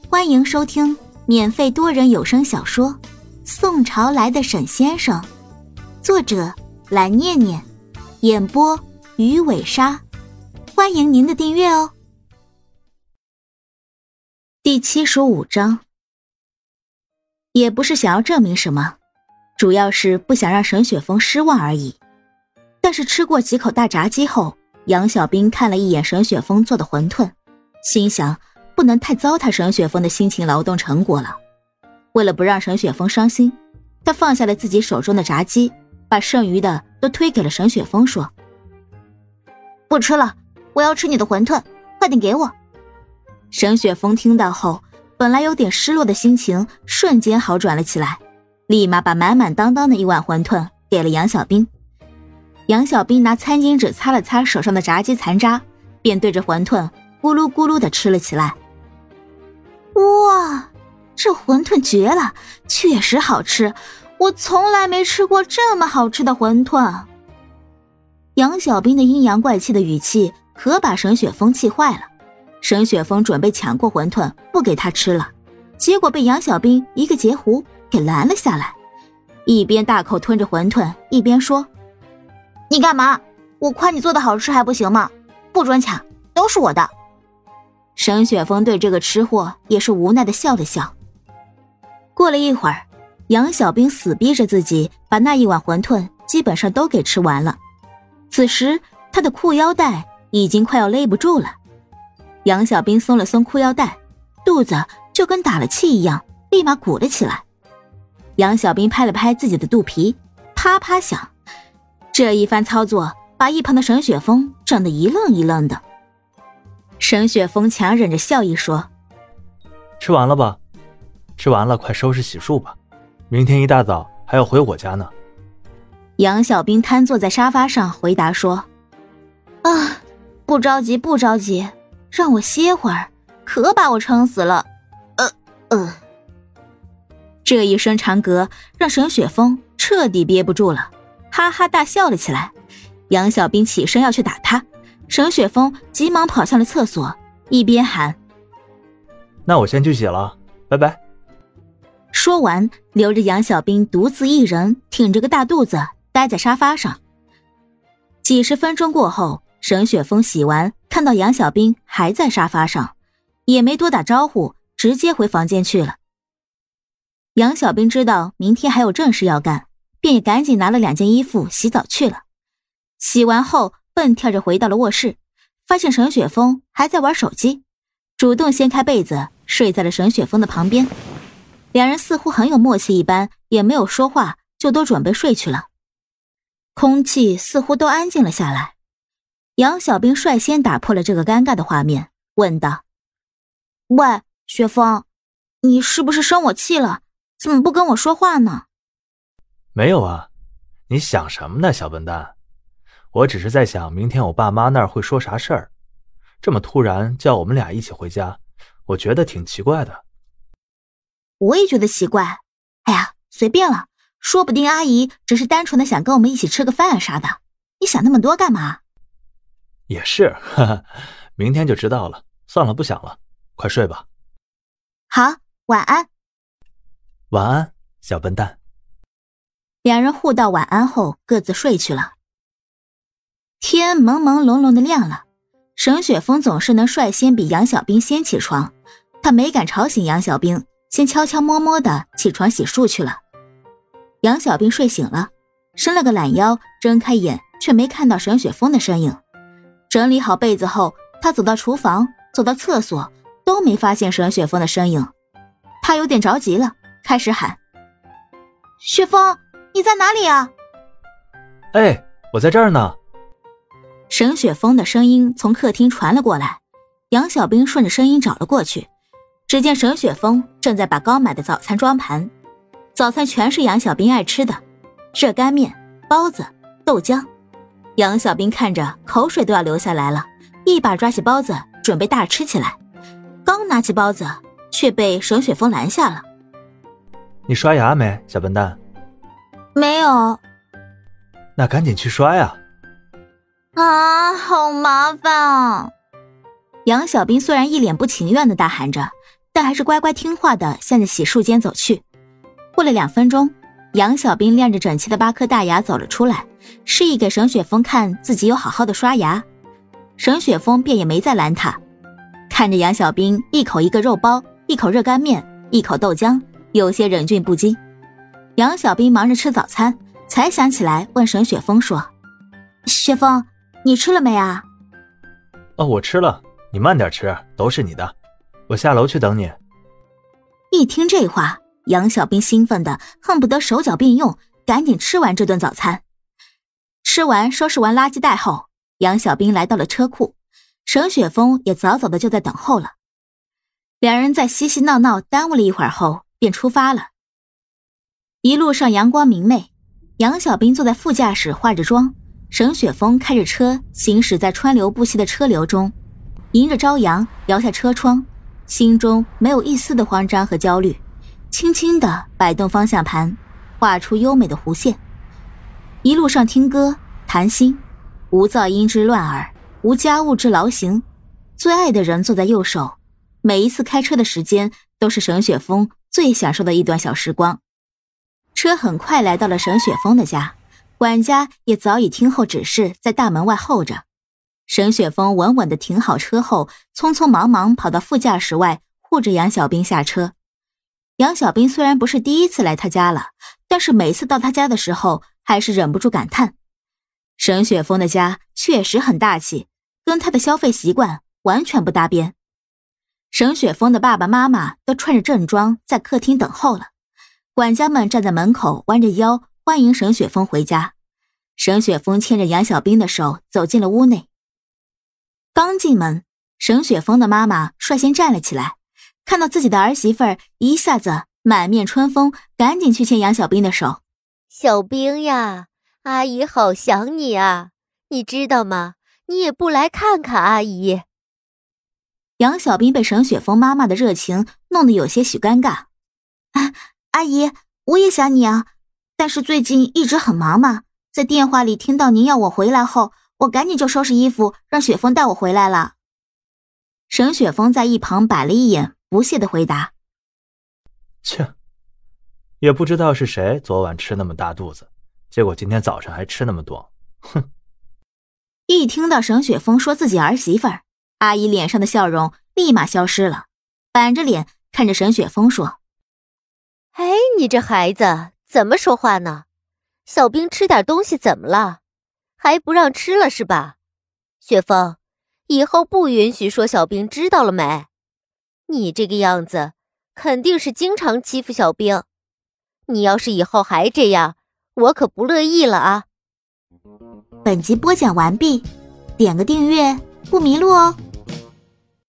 欢迎收听免费多人有声小说《宋朝来的沈先生》，作者蓝念念，演播鱼尾鲨。欢迎您的订阅哦。第75章，也不是想要证明什么，主要是不想让沈雪峰失望而已。但是吃过几口大炸鸡后，杨小兵看了一眼沈雪峰做的馄饨，心想不能太糟蹋沈雪峰的辛勤劳动成果了。为了不让沈雪峰伤心，他放下了自己手中的炸鸡，把剩余的都推给了沈雪峰，说：不吃了，我要吃你的馄饨，快点给我。沈雪峰听到后，本来有点失落的心情瞬间好转了起来，立马把满满当当的一碗馄饨给了杨小兵。杨小兵拿餐巾纸擦了擦手上的炸鸡残渣，便对着馄饨咕噜咕噜地吃了起来。哇，这馄饨绝了，确实好吃，我从来没吃过这么好吃的馄饨。杨小兵的阴阳怪气的语气可把沈雪峰气坏了。沈雪峰准备抢过馄饨不给他吃了，结果被杨小兵一个截胡给拦了下来，一边大口吞着馄饨，一边说：你干嘛？我夸你做的好吃还不行吗？不准抢，都是我的。沈雪峰对这个吃货也是无奈的笑了笑。过了一会儿，杨小兵死逼着自己把那一碗馄饨基本上都给吃完了。此时他的裤腰带已经快要勒不住了。杨小兵松了松裤腰带，肚子就跟打了气一样，立马鼓了起来。杨小兵拍了拍自己的肚皮，啪啪响。这一番操作把一旁的沈雪峰整得一愣一愣的。沈雪峰强忍着笑意说： 吃完了吧？吃完了快收拾洗漱吧，明天一大早还要回我家呢。 杨小兵瘫坐在沙发上回答说：不着急不着急，让我歇会儿，可把我撑死了。这一声长嗝让沈雪峰彻底憋不住了，哈哈大笑了起来。杨小兵起身要去打他，沈雪峰急忙跑向了厕所，一边喊： 那我先去洗了，拜拜。 说完留着杨小兵独自一人挺着个大肚子待在沙发上。几十分钟过后，沈雪峰洗完看到杨小兵还在沙发上，也没多打招呼，直接回房间去了。杨小兵知道明天还有正事要干，便也赶紧拿了2件衣服洗澡去了。洗完后蹦跳着回到了卧室，发现沈雪峰还在玩手机，主动掀开被子睡在了沈雪峰的旁边。两人似乎很有默契一般，也没有说话，就都准备睡去了。空气似乎都安静了下来。杨小兵率先打破了这个尴尬的画面，问道：喂，雪峰，你是不是生我气了？怎么不跟我说话呢？ 没有啊，你想什么呢，小笨蛋？我只是在想明天我爸妈那儿会说啥事儿，这么突然叫我们俩一起回家，我觉得挺奇怪的。 我也觉得奇怪。哎呀，随便了，说不定阿姨只是单纯的想跟我们一起吃个饭啥的，你想那么多干嘛？ 也是，哈哈，明天就知道了。算了，不想了，快睡吧。 好，晚安。 晚安，小笨蛋。 两人互道晚安后各自睡去了。天朦朦胧胧的亮了，沈雪峰总是能率先比杨小兵先起床，他没敢吵醒杨小兵，先悄悄摸摸的起床洗漱去了。杨小兵睡醒了，伸了个懒腰，睁开眼却没看到沈雪峰的身影。整理好被子后，他走到厨房，走到厕所，都没发现沈雪峰的身影。他有点着急了，开始喊：雪峰，你在哪里啊？ 哎，我在这儿呢。 沈雪峰的声音从客厅传了过来，杨小兵顺着声音找了过去，只见沈雪峰正在把刚买的早餐装盘，早餐全是杨小兵爱吃的，热干面、包子、豆浆。杨小兵看着口水都要流下来了，一把抓起包子准备大吃起来，刚拿起包子却被沈雪峰拦下了。 你刷牙没，小笨蛋？ 没有。 那赶紧去刷呀。 好麻烦啊。杨小兵虽然一脸不情愿地大喊着， 但还是乖乖听话的向着洗漱间走去。过了2分钟，杨小兵亮着整齐的8颗大牙走了出来，示意给沈雪峰看自己有好好的刷牙。沈雪峰便也没再拦他，看着杨小兵一口一个肉包，一口热干面，一口豆浆，有些忍俊不禁。杨小兵忙着吃早餐，才想起来问沈雪峰说：雪峰，你吃了没啊？ 我吃了，你慢点吃，都是你的，我下楼去等你。 一听这话，杨小兵兴奋的恨不得手脚并用，赶紧吃完这顿早餐。吃完收拾完垃圾袋后，杨小兵来到了车库，沈雪峰也早早的就在等候了。两人在嬉嬉闹闹耽误了一会儿后便出发了。一路上阳光明媚，杨小兵坐在副驾驶化着妆，沈雪峰开着车行驶在川流不息的车流中，迎着朝阳摇下车窗，心中没有一丝的慌张和焦虑，轻轻地摆动方向盘，画出优美的弧线。一路上听歌谈心，无噪音之乱耳，无家务之劳形，最爱的人坐在右手，每一次开车的时间都是沈雪峰最享受的一段小时光。车很快来到了沈雪峰的家，管家也早已听候指示，在大门外候着。沈雪峰稳稳地停好车后，匆匆忙忙跑到副驾驶外，护着杨小兵下车。杨小兵虽然不是第一次来他家了，但是每次到他家的时候，还是忍不住感叹，沈雪峰的家确实很大气，跟他的消费习惯完全不搭边。沈雪峰的爸爸妈妈都穿着正装在客厅等候了，管家们站在门口弯着腰欢迎沈雪峰回家。沈雪峰牵着杨小兵的手走进了屋内。刚进门，沈雪峰的妈妈率先站了起来，看到自己的儿媳妇儿，一下子满面春风，赶紧去牵杨小兵的手。 小兵呀，阿姨好想你啊，你知道吗？你也不来看看阿姨。 杨小兵被沈雪峰妈妈的热情弄得有些许尴尬。阿姨，我也想你啊，但是最近一直很忙嘛，在电话里听到您要我回来后，我赶紧就收拾衣服，让雪峰带我回来了。沈雪峰在一旁摆了一眼，不屑地回答： 切，也不知道是谁昨晚吃那么大肚子，结果今天早上还吃那么多，哼。 一听到沈雪峰说自己儿媳妇儿，阿姨脸上的笑容立马消失了，板着脸看着沈雪峰说： 哎，你这孩子怎么说话呢？小兵吃点东西怎么了？还不让吃了是吧？雪峰，以后不允许说小兵，知道了没？你这个样子肯定是经常欺负小兵，你要是以后还这样，我可不乐意了啊。 本集播讲完毕，点个订阅不迷路哦。